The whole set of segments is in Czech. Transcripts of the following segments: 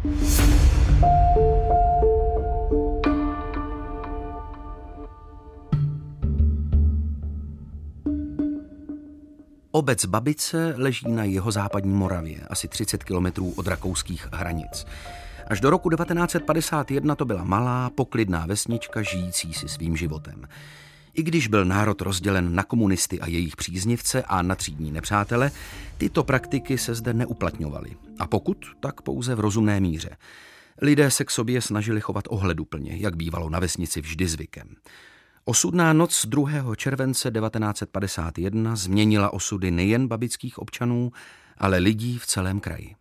Obec Babice leží na jihozápadní Moravě, asi 30 kilometrů od rakouských hranic. Až do roku 1951 to byla malá, poklidná vesnička žijící si svým životem. I když byl národ rozdělen na komunisty a jejich příznivce a na třídní nepřátele, tyto praktiky se zde neuplatňovaly. A pokud, tak pouze v rozumné míře. Lidé se k sobě snažili chovat ohleduplně, jak bývalo na vesnici vždy zvykem. Osudná noc 2. července 1951 změnila osudy nejen babických občanů, ale lidí v celém kraji.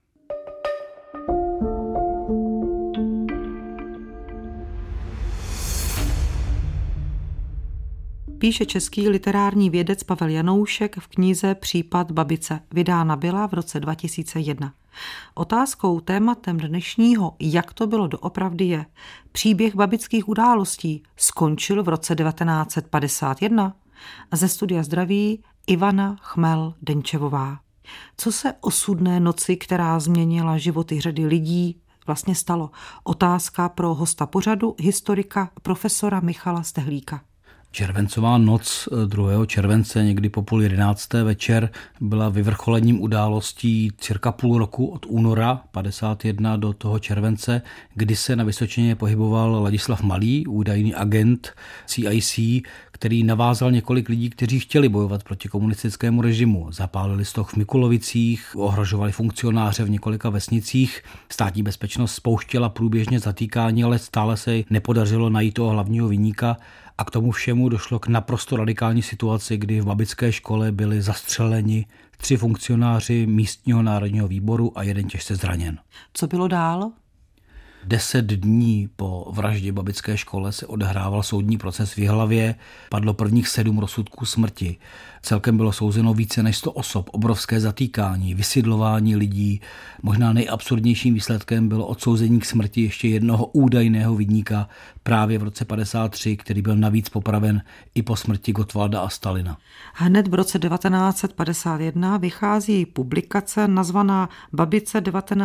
Píše český literární vědec Pavel Janoušek v knize Případ Babice. Vydána byla v roce 2001. Otázkou, tématem dnešního Jak to bylo doopravdy je: příběh babických událostí skončil v roce 1951? Ze studia zdraví Ivana Chmel-Denčevová. Co se osudné noci, která změnila životy řady lidí, vlastně stalo? Otázka pro hosta pořadu, historika profesora Michala Stehlíka. Červencová noc 2. července, někdy po 10:30 večer, byla vyvrcholením událostí cirka půl roku od února 51 do toho července, kdy se na Vysočině pohyboval Ladislav Malý, údajný agent CIC, který navázal několik lidí, kteří chtěli bojovat proti komunistickému režimu. Zapálili stoch v Mikulovicích, ohrožovali funkcionáře v několika vesnicích. Státní bezpečnost spouštěla průběžně zatýkání, ale stále se nepodařilo najít toho hlavního viníka. A k tomu všemu došlo k naprosto radikální situaci, kdy v babické škole byli zastřeleni 3 funkcionáři místního národního výboru a 1 těžce zraněn. Co bylo dál? 10 dní po vraždě v babické škole se odehrával soudní proces v Jihlavě, padlo prvních 7 rozsudků smrti. Celkem bylo souzeno více než 100 osob, obrovské zatýkání, vysidlování lidí. Možná nejabsurdnějším výsledkem bylo odsouzení k smrti ještě jednoho údajného viníka právě v roce 53, který byl navíc popraven i po smrti Gottwalda a Stalina. Hned v roce 1951 vychází publikace nazvaná Babice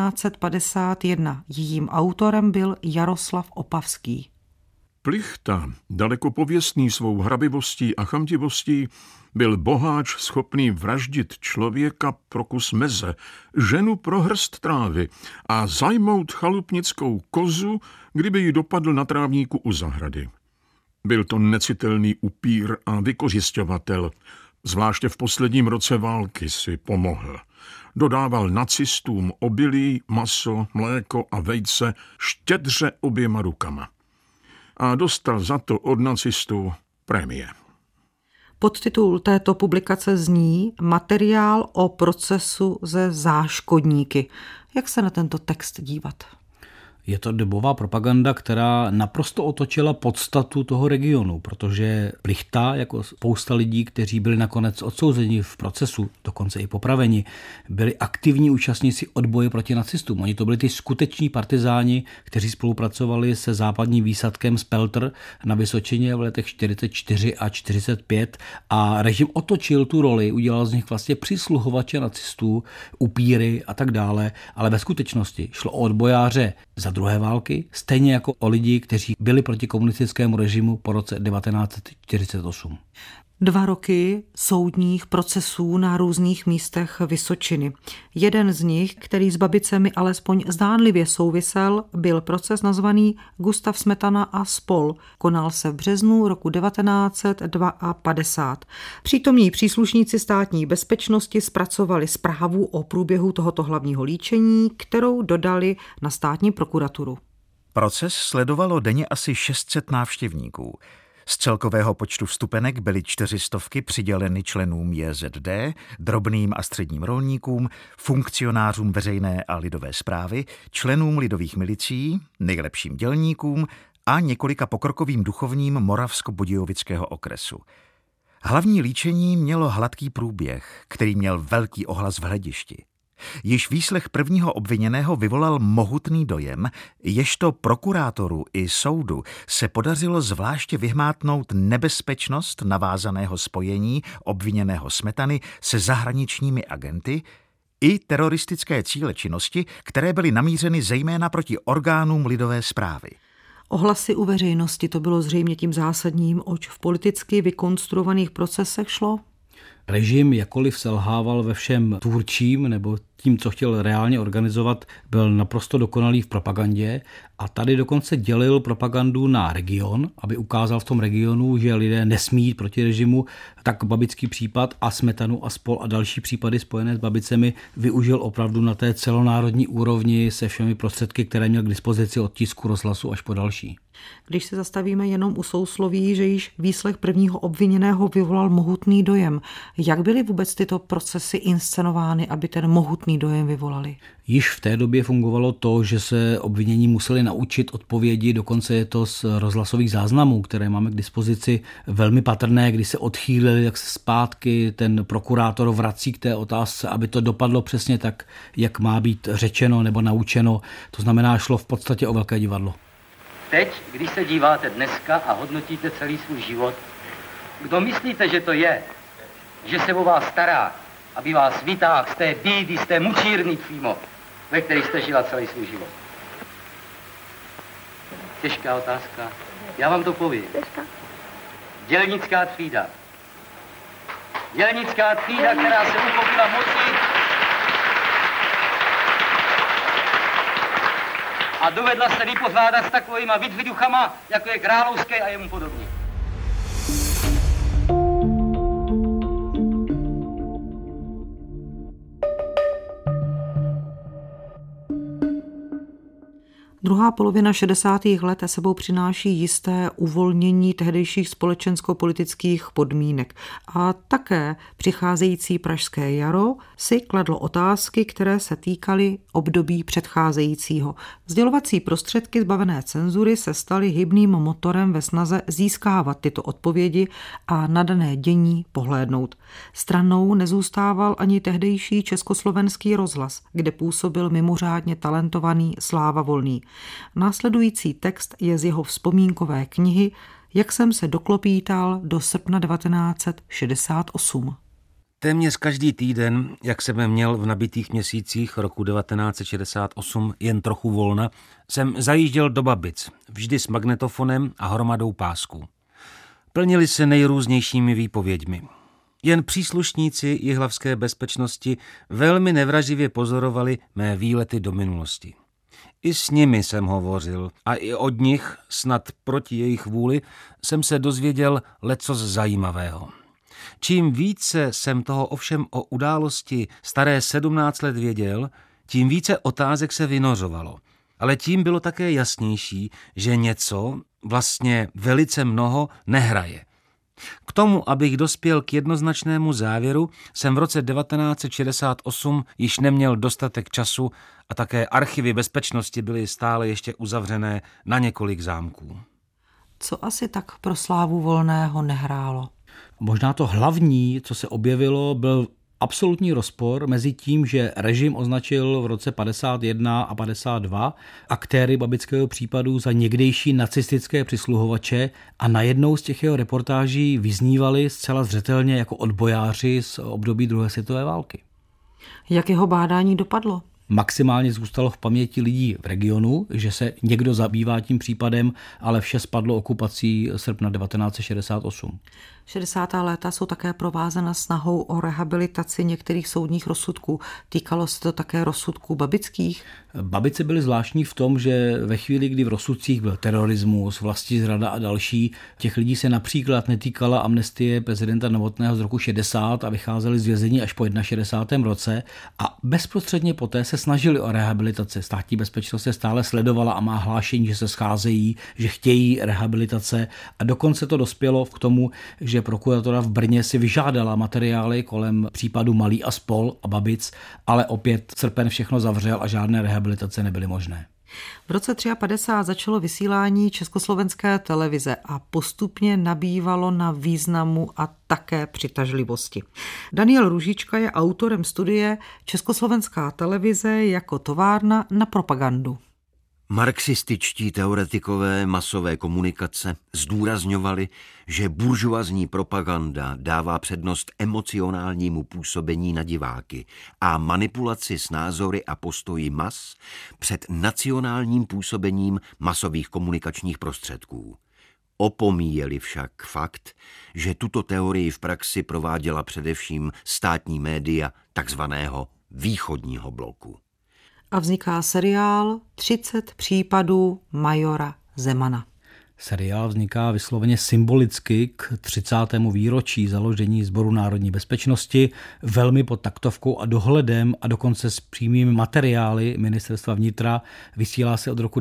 1951. Jejím autorem byl Jaroslav Opavský. Plichta, daleko pověstný svou hrabivostí a chamtivostí, byl boháč schopný vraždit člověka pro kus meze, ženu pro hrst trávy a zajmout chalupnickou kozu, kdyby ji dopadl na trávníku u zahrady. Byl to necitelný upír a vykořisťovatel, zvláště v posledním roce války si pomohl. Dodával nacistům obilí, maso, mléko a vejce štědře oběma rukama. A dostal za to od nacistů prémie. Podtitul této publikace zní Materiál o procesu se záškodníky. Jak se na tento text dívat? Je to dobová propaganda, která naprosto otočila podstatu toho regionu, protože Plichta, jako spousta lidí, kteří byli nakonec odsouzeni v procesu, dokonce i popraveni, byli aktivní účastníci odboje proti nacistům. Oni to byli ty skuteční partizáni, kteří spolupracovali se západním výsadkem Spelter na Vysočině v letech 44 a 45 a režim otočil tu roli, udělal z nich vlastně přisluhovače nacistů, upíry a tak dále, ale ve skutečnosti šlo o odbojáře za druhé války, stejně jako o lidi, kteří byli proti komunistickému režimu po roce 1948. 2 roky soudních procesů na různých místech Vysočiny. Jeden z nich, který s Babicemi alespoň zdánlivě souvisel, byl proces nazvaný Gustav Smetana a spol. Konal se v březnu roku 1952. Přítomní příslušníci státní bezpečnosti zpracovali zprávu o průběhu tohoto hlavního líčení, kterou dodali na státní prokuraturu. Proces sledovalo denně asi 600 návštěvníků. Z celkového počtu vstupenek byly 400 přiděleny členům JZD, drobným a středním rolníkům, funkcionářům veřejné a lidové správy, členům lidových milicí, nejlepším dělníkům a několika pokrokovým duchovním Moravskobudějovického okresu. Hlavní líčení mělo hladký průběh, který měl velký ohlas v hledišti. Již výslech prvního obviněného vyvolal mohutný dojem, ježto prokurátoru i soudu se podařilo zvláště vyhmátnout nebezpečnost navázaného spojení obviněného Smetany se zahraničními agenty i teroristické cíle činnosti, které byly namířeny zejména proti orgánům lidové správy. Ohlasy u veřejnosti, to bylo zřejmě tím zásadním, oč v politicky vykonstruovaných procesech šlo? Režim, jakkoliv selhával ve všem tvůrčím nebo tím, co chtěl reálně organizovat, byl naprosto dokonalý v propagandě a tady dokonce dělil propagandu na region, aby ukázal v tom regionu, že lidé nesmí jít proti režimu. Tak babický případ a Smetanu a spol a další případy spojené s Babicemi využil opravdu na té celonárodní úrovni se všemi prostředky, které měl k dispozici od tisku, rozhlasu až po další. Když se zastavíme jenom u sousloví, že již výslech prvního obviněného vyvolal mohutný dojem, jak byly vůbec tyto procesy inscenovány, aby ten mohutný dojem vyvolali? Již v té době fungovalo to, že se obvinění museli naučit odpovědi, dokonce je to z rozhlasových záznamů, které máme k dispozici, velmi patrné, kdy se odchýlili, jak se zpátky ten prokurátor vrací k té otázce, aby to dopadlo přesně tak, jak má být řečeno nebo naučeno. To znamená, šlo v podstatě o velké divadlo. Teď, když se díváte dneska a hodnotíte celý svůj život, kdo myslíte, že to je, že se o vás stará, aby vás vytáhl z té bídy, z té mučírny přímo, ve které jste žila celý svůj život? Těžká otázka. Já vám to povím. Dělnická třída. Dělnická třída, která se uchopila moci a dovedla se vypořádat s takovýma vidviduchama, jako je Královský a jemu podobně. Druhá polovina 60. let sebou přináší jisté uvolnění tehdejších společensko-politických podmínek a také přicházející pražské jaro si kladlo otázky, které se týkaly období předcházejícího. Sdělovací prostředky zbavené cenzury se staly hybným motorem ve snaze získávat tyto odpovědi a na dané dění pohlédnout. Stranou nezůstával ani tehdejší československý rozhlas, kde působil mimořádně talentovaný Sláva Volný. Následující text je z jeho vzpomínkové knihy Jak jsem se doklopítal do srpna 1968. Téměř každý týden, jak jsem měl v nabitých měsících roku 1968 jen trochu volna, jsem zajížděl do Babic, vždy s magnetofonem a hromadou pásků. Plnili se nejrůznějšími výpověďmi. Jen příslušníci jihlavské bezpečnosti velmi nevraživě pozorovali mé výlety do minulosti. I s nimi jsem hovořil a i od nich, snad proti jejich vůli, jsem se dozvěděl lecos zajímavého. Čím více jsem toho ovšem o události staré 17 let věděl, tím více otázek se vynořovalo. Ale tím bylo také jasnější, že něco, vlastně velice mnoho, nehraje. K tomu, abych dospěl k jednoznačnému závěru, jsem v roce 1968 již neměl dostatek času a také archivy bezpečnosti byly stále ještě uzavřené na několik zámků. Co asi tak pro Slávu Volného nehrálo? Možná to hlavní, co se objevilo, byl absolutní rozpor mezi tím, že režim označil v roce 51 a 52 aktéry babického případu za někdejší nacistické přisluhovače a najednou z těch jeho reportáží vyznívali zcela zřetelně jako odbojáři z období druhé světové války. Jak jeho bádání dopadlo? Maximálně zůstalo v paměti lidí v regionu, že se někdo zabývá tím případem, ale vše spadlo okupací srpna 1968. 60. léta jsou také provázena snahou o rehabilitaci některých soudních rozsudků. Týkalo se to také rozsudků babických? Babice byly zvláštní v tom, že ve chvíli, kdy v rozsudcích byl terorismus, vlastizrada a další, těch lidí se například netýkala amnestie prezidenta Novotného z roku 60 a vycházeli z vězení až po 61. roce a bezprostředně poté se snažili o rehabilitaci. Státní bezpečnost se stále sledovala a má hlášení, že se scházejí, že chtějí rehabilitace a dokonce to dospělo k tomu, že prokuratura v Brně si vyžádala materiály kolem případu Malý a spol a Babic, ale opět srpen všechno zavřel a žádné rehabilitace nebyly možné. V roce 1953 začalo vysílání Československé televize a postupně nabývalo na významu a také přitažlivosti. Daniel Růžička je autorem studie Československá televize jako továrna na propagandu. Marxističtí teoretikové masové komunikace zdůrazňovali, že buržoazní propaganda dává přednost emocionálnímu působení na diváky a manipulaci s názory a postoji mas před nacionálním působením masových komunikačních prostředků. Opomíjeli však fakt, že tuto teorii v praxi prováděla především státní média takzvaného východního bloku. A vzniká seriál 30 případů majora Zemana. Seriál vzniká vysloveně symbolicky k 30. výročí založení Sboru národní bezpečnosti, velmi pod taktovkou a dohledem a dokonce s přímými materiály Ministerstva vnitra. Vysílá se od roku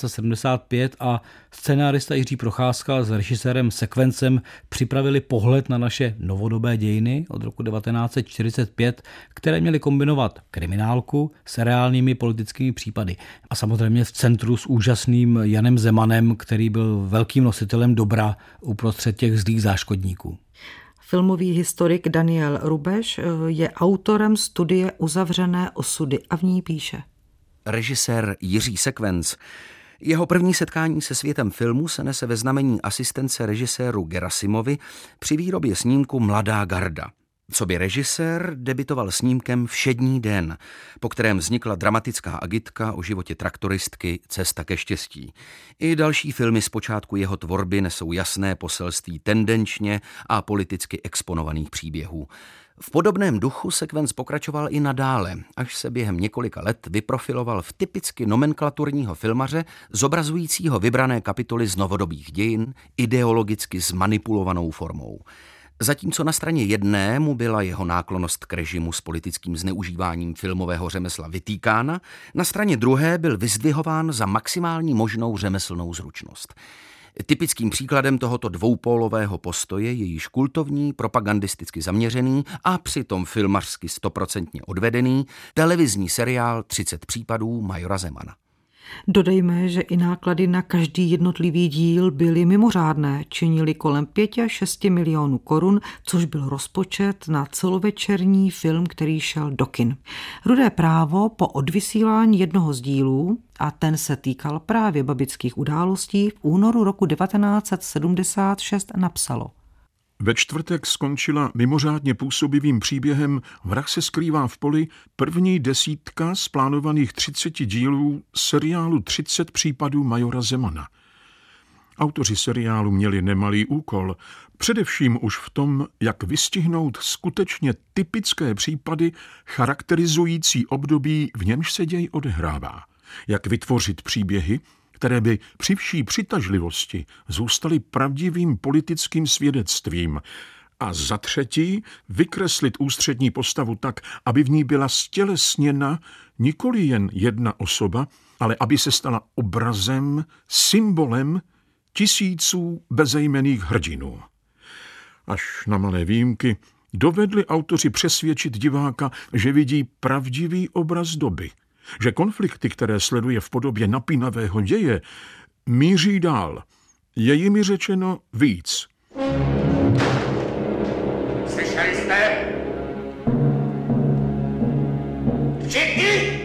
1975 a scenárista Jiří Procházka s režisérem Sekvencem připravili pohled na naše novodobé dějiny od roku 1945, které měly kombinovat kriminálku s reálnými politickými případy. A samozřejmě v centru s úžasným Janem Zemanem, který byl velkým nositelem dobra uprostřed těch zlých záškodníků. Filmový historik Daniel Rubeš je autorem studie Uzavřené osudy a v ní píše. Režisér Jiří Sekvenc. Jeho první setkání se světem filmu se nese ve znamení asistence režiséru Gerasimovi při výrobě snímku Mladá garda. Coby režisér debitoval snímkem Všední den, po kterém vznikla dramatická agitka o životě traktoristky Cesta ke štěstí. I další filmy z počátku jeho tvorby nesou jasné poselství tendenčně a politicky exponovaných příběhů. V podobném duchu Sekvenc pokračoval i nadále, až se během několika let vyprofiloval v typicky nomenklaturního filmaře, zobrazujícího vybrané kapitoly z novodobých dějin, ideologicky zmanipulovanou formou. Zatímco na straně jedné mu byla jeho náklonnost k režimu s politickým zneužíváním filmového řemesla vytýkána, na straně druhé byl vyzdvihován za maximální možnou řemeslnou zručnost. Typickým příkladem tohoto dvoupólového postoje je již kultovní, propagandisticky zaměřený a přitom filmařsky 100% odvedený televizní seriál 30 případů majora Zemana. Dodejme, že i náklady na každý jednotlivý díl byly mimořádné, činily kolem 5 až 6 milionů korun, což byl rozpočet na celovečerní film, který šel do kin. Rudé právo po odvysílání jednoho z dílů, a ten se týkal právě babických událostí, v únoru roku 1976 napsalo. Ve čtvrtek skončila mimořádně působivým příběhem Vrah se skrývá v poli první desítka z plánovaných 30 dílů seriálu 30 případů majora Zemana. Autoři seriálu měli nemalý úkol, především už v tom, jak vystihnout skutečně typické případy charakterizující období, v němž se děj odehrává. Jak vytvořit příběhy, které by při vší přitažlivosti zůstaly pravdivým politickým svědectvím, a za třetí vykreslit ústřední postavu tak, aby v ní byla stělesněna nikoli jen jedna osoba, ale aby se stala obrazem, symbolem tisíců bezejmenných hrdinů. Až na malé výjimky dovedli autoři přesvědčit diváka, že vidí pravdivý obraz doby, že konflikty, které sleduje v podobě napínavého děje, míří dál. Je jimi řečeno víc. Slyšeli jste? Všichni?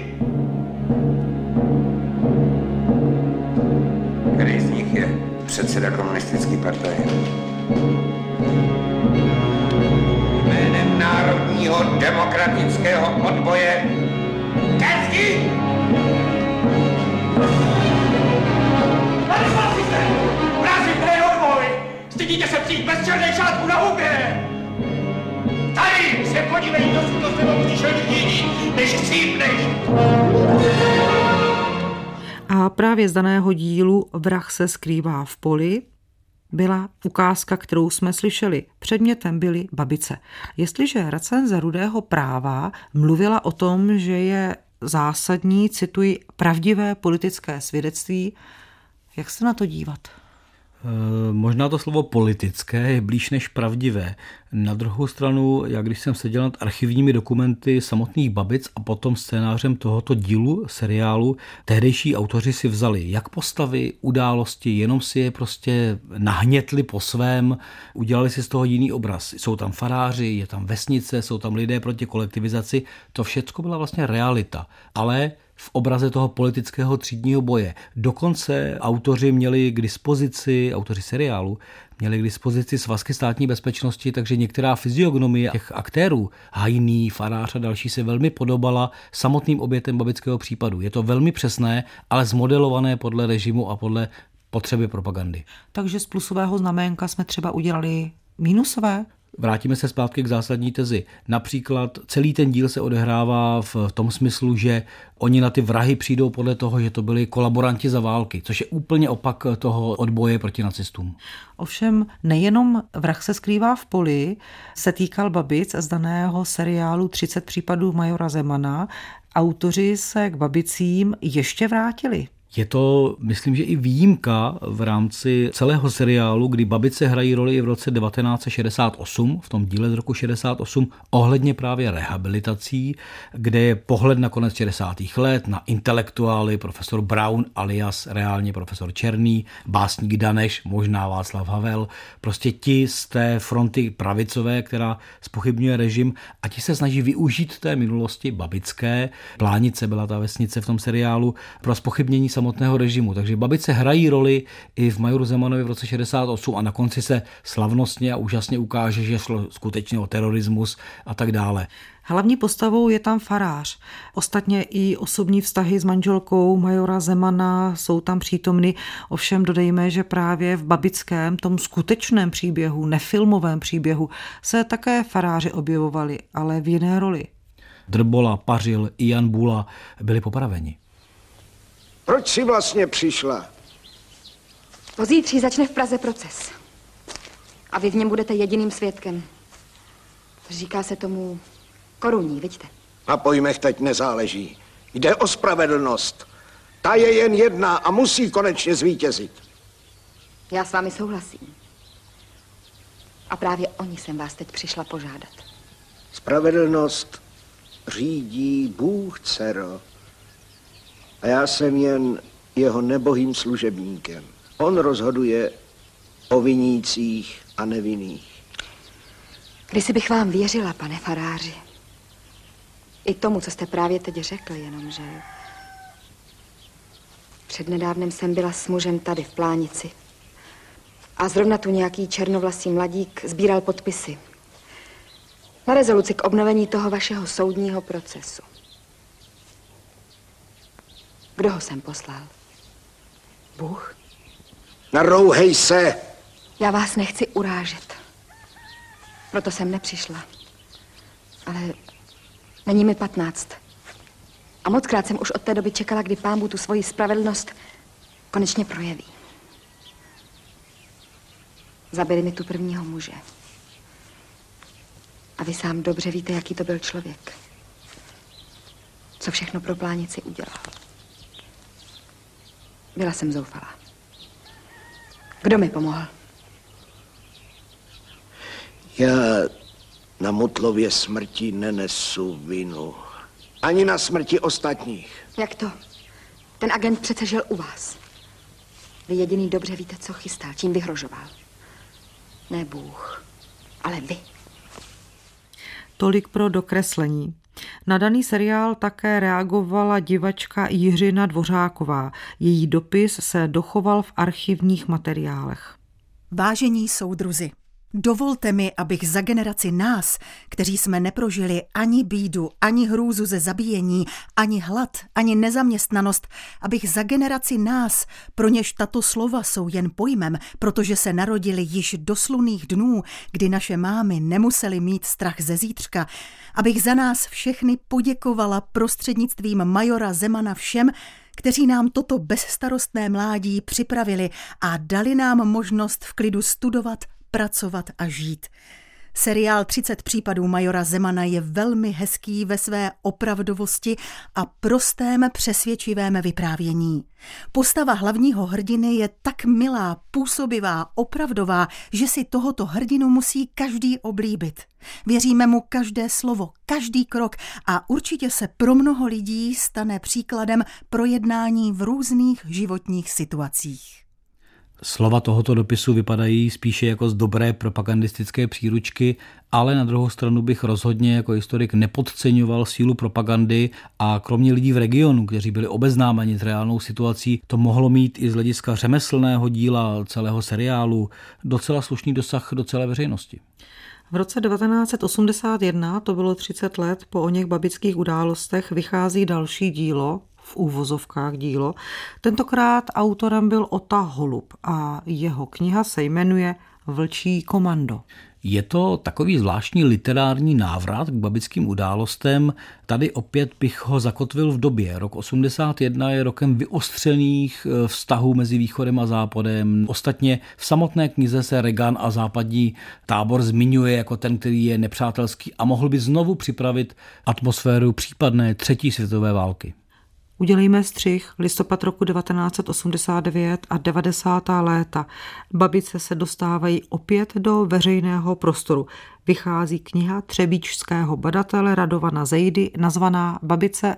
Který z nich je předseda komunistické partaje? Jménem Národního demokratického odboje Kersky! Tady spásíte! Vrázíte odboj! Stydíte se přijít bez černých šátků na hubě! Tady se podívej, dosud to s tebou přišel jiný, než chcípneš! A právě z daného dílu Vrah se skrývá v poli byla ukázka, kterou jsme slyšeli. Předmětem byly babice. Jestliže recenze Rudého práva mluvila o tom, že je zásadní, cituji, pravdivé politické svědectví, jak se na to dívat? Možná to slovo politické je blíž než pravdivé. Na druhou stranu, jak když jsem seděl nad archivními dokumenty samotných babic a potom scénářem tohoto dílu seriálu, tehdejší autoři si vzali jak postavy, události, jenom si je prostě nahnětli po svém, udělali si z toho jiný obraz. Jsou tam faráři, je tam vesnice, jsou tam lidé proti kolektivizaci, to všecko byla vlastně realita. Ale v obraze toho politického třídního boje. Dokonce autoři seriálu měli k dispozici svazky státní bezpečnosti, takže některá fyziognomie těch aktérů, Hajný, Farář a další, se velmi podobala samotným obětem babického případu. Je to velmi přesné, ale zmodelované podle režimu a podle potřeby propagandy. Takže z plusového znaménka jsme třeba udělali mínusové? Vrátíme se zpátky k zásadní tezi. Například celý ten díl se odehrává v tom smyslu, že oni na ty vrahy přijdou podle toho, že to byli kolaboranti za války, což je úplně opak toho odboje proti nacistům. Ovšem nejenom Vrah se skrývá v poli se týkal babic z daného seriálu 30 případů majora Zemana. Autoři se k babicím ještě vrátili. Je to, myslím, že i výjimka v rámci celého seriálu, kdy babice hrají roli i v roce 1968, v tom díle z roku 68, ohledně právě rehabilitací, kde je pohled na konec 60. let, na intelektuály, profesor Brown alias reálně profesor Černý, básník Daneš, možná Václav Havel, prostě ti z té fronty pravicové, která zpochybňuje režim, a ti se snaží využít té minulosti babické. Plánice byla ta vesnice v tom seriálu pro zpochybnění samotného režimu. Takže babice hrají roli i v majoru Zemanovi v roce 68 a na konci se slavnostně a úžasně ukáže, že šlo skutečně o terorismus a tak dále. Hlavní postavou je tam farář. Ostatně i osobní vztahy s manželkou majora Zemana jsou tam přítomny. Ovšem dodejme, že právě v babickém, tom skutečném příběhu, nefilmovém příběhu, se také faráři objevovali, ale v jiné roli. Drbola, Pařil i Jan Bula byli popraveni. Proč jsi vlastně přišla? Pozítří začne v Praze proces. A vy v něm budete jediným svědkem. Říká se tomu korunní, vidíte? Na pojmech teď nezáleží. Jde o spravedlnost. Ta je jen jedna a musí konečně zvítězit. Já s vámi souhlasím. A právě o ní jsem vás teď přišla požádat. Spravedlnost řídí Bůh, dcero. A já jsem jen jeho nebohým služebníkem. On rozhoduje o vinících a nevinných. Kdysi bych vám věřila, pane faráři. I tomu, co jste právě teď řekl, jenomže přednedávnem jsem byla s mužem tady v Plánici. A zrovna tu nějaký černovlasý mladík sbíral podpisy na rezoluci k obnovení toho vašeho soudního procesu. Kdo ho sem poslal? Bůh? Narouhej se! Já vás nechci urážet. Proto jsem nepřišla. Ale není mi 15. A mockrát jsem už od té doby čekala, kdy Pán Bůh tu svoji spravedlnost konečně projeví. Zabili mi tu prvního muže. A vy sám dobře víte, jaký to byl člověk. Co všechno pro Plánici udělal. Byla jsem zoufalá. Kdo mi pomohl? Já na Mutlově smrti nenesu vinu. Ani na smrti ostatních. Jak to? Ten agent přece žil u vás. Vy jediný dobře víte, co chystal, čím vyhrožoval. Ne Bůh, ale vy. Tolik pro dokreslení. Na daný seriál také reagovala divačka Jiřina Dvořáková. Její dopis se dochoval v archivních materiálech. Vážení soudruzi, dovolte mi, abych za generaci nás, kteří jsme neprožili ani bídu, ani hrůzu ze zabíjení, ani hlad, ani nezaměstnanost, abych za generaci nás, pro něž tato slova jsou jen pojmem, protože se narodili již do slunných dnů, kdy naše mámy nemusely mít strach ze zítřka, abych za nás všechny poděkovala prostřednictvím majora Zemana všem, kteří nám toto bezstarostné mládí připravili a dali nám možnost v klidu studovat, pracovat a žít. Seriál 30 případů majora Zemana je velmi hezký ve své opravdovosti a prostém přesvědčivém vyprávění. Postava hlavního hrdiny je tak milá, působivá, opravdová, že si tohoto hrdinu musí každý oblíbit. Věříme mu každé slovo, každý krok a určitě se pro mnoho lidí stane příkladem pro jednání v různých životních situacích. Slova tohoto dopisu vypadají spíše jako z dobré propagandistické příručky, ale na druhou stranu bych rozhodně jako historik nepodceňoval sílu propagandy a kromě lidí v regionu, kteří byli obeznámeni s reálnou situací, to mohlo mít i z hlediska řemeslného díla celého seriálu docela slušný dosah do celé veřejnosti. V roce 1981, to bylo 30 let po oněch babických událostech, vychází další dílo, v úvozovkách dílo. Tentokrát autorem byl Ota Holub a jeho kniha se jmenuje Vlčí komando. Je to takový zvláštní literární návrat k babickým událostem. Tady opět bych ho zakotvil v době. Rok 81 je rokem vyostřených vztahů mezi východem a západem. Ostatně v samotné knize se Reagan a západní tábor zmiňuje jako ten, který je nepřátelský a mohl by znovu připravit atmosféru případné třetí světové války. Udělejme střih, listopad roku 1989 a 90. léta. Babice se dostávají opět do veřejného prostoru. Vychází kniha třebíčského badatele Radovana Zejdy nazvaná Babice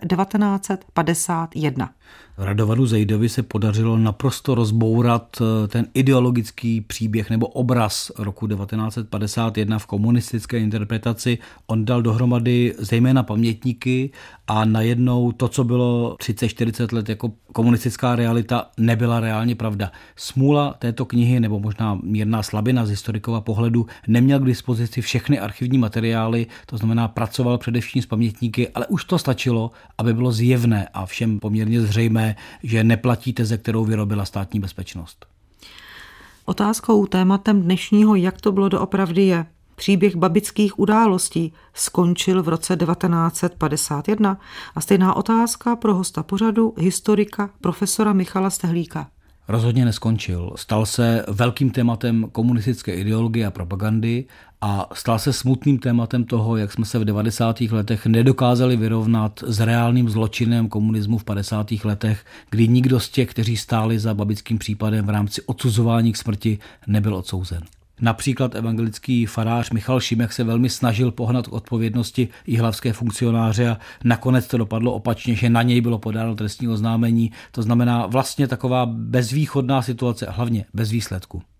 1951. Radovanu Zejdovi se podařilo naprosto rozbourat ten ideologický příběh nebo obraz roku 1951 v komunistické interpretaci. On dal dohromady zejména pamětníky a najednou to, co bylo 30-40 let jako komunistická realita, nebyla reálně pravda. Smůla této knihy, nebo možná mírná slabina z historikova pohledu, neměl k dispozici všechny archivní materiály, to znamená pracoval především s pamětníky, ale už to stačilo, aby bylo zjevné a všem poměrně zřejmé, že neplatí teze, kterou vyrobila Státní bezpečnost. Otázkou, tématem dnešního Jak to bylo doopravdy je. Příběh babických událostí skončil v roce 1951 a stejná otázka pro hosta pořadu, historika profesora Michala Stehlíka. Rozhodně neskončil. Stal se velkým tématem komunistické ideologie a propagandy a stal se smutným tématem toho, jak jsme se v 90. letech nedokázali vyrovnat s reálným zločinem komunismu v 50. letech, kdy nikdo z těch, kteří stáli za babickým případem v rámci odsuzování k smrti, nebyl odsouzen. Například evangelický farář Michal Šimek se velmi snažil pohnat k odpovědnosti jihlavské funkcionáře a nakonec to dopadlo opačně, že na něj bylo podáno trestní oznámení. To znamená vlastně taková bezvýchodná situace a hlavně bez výsledku.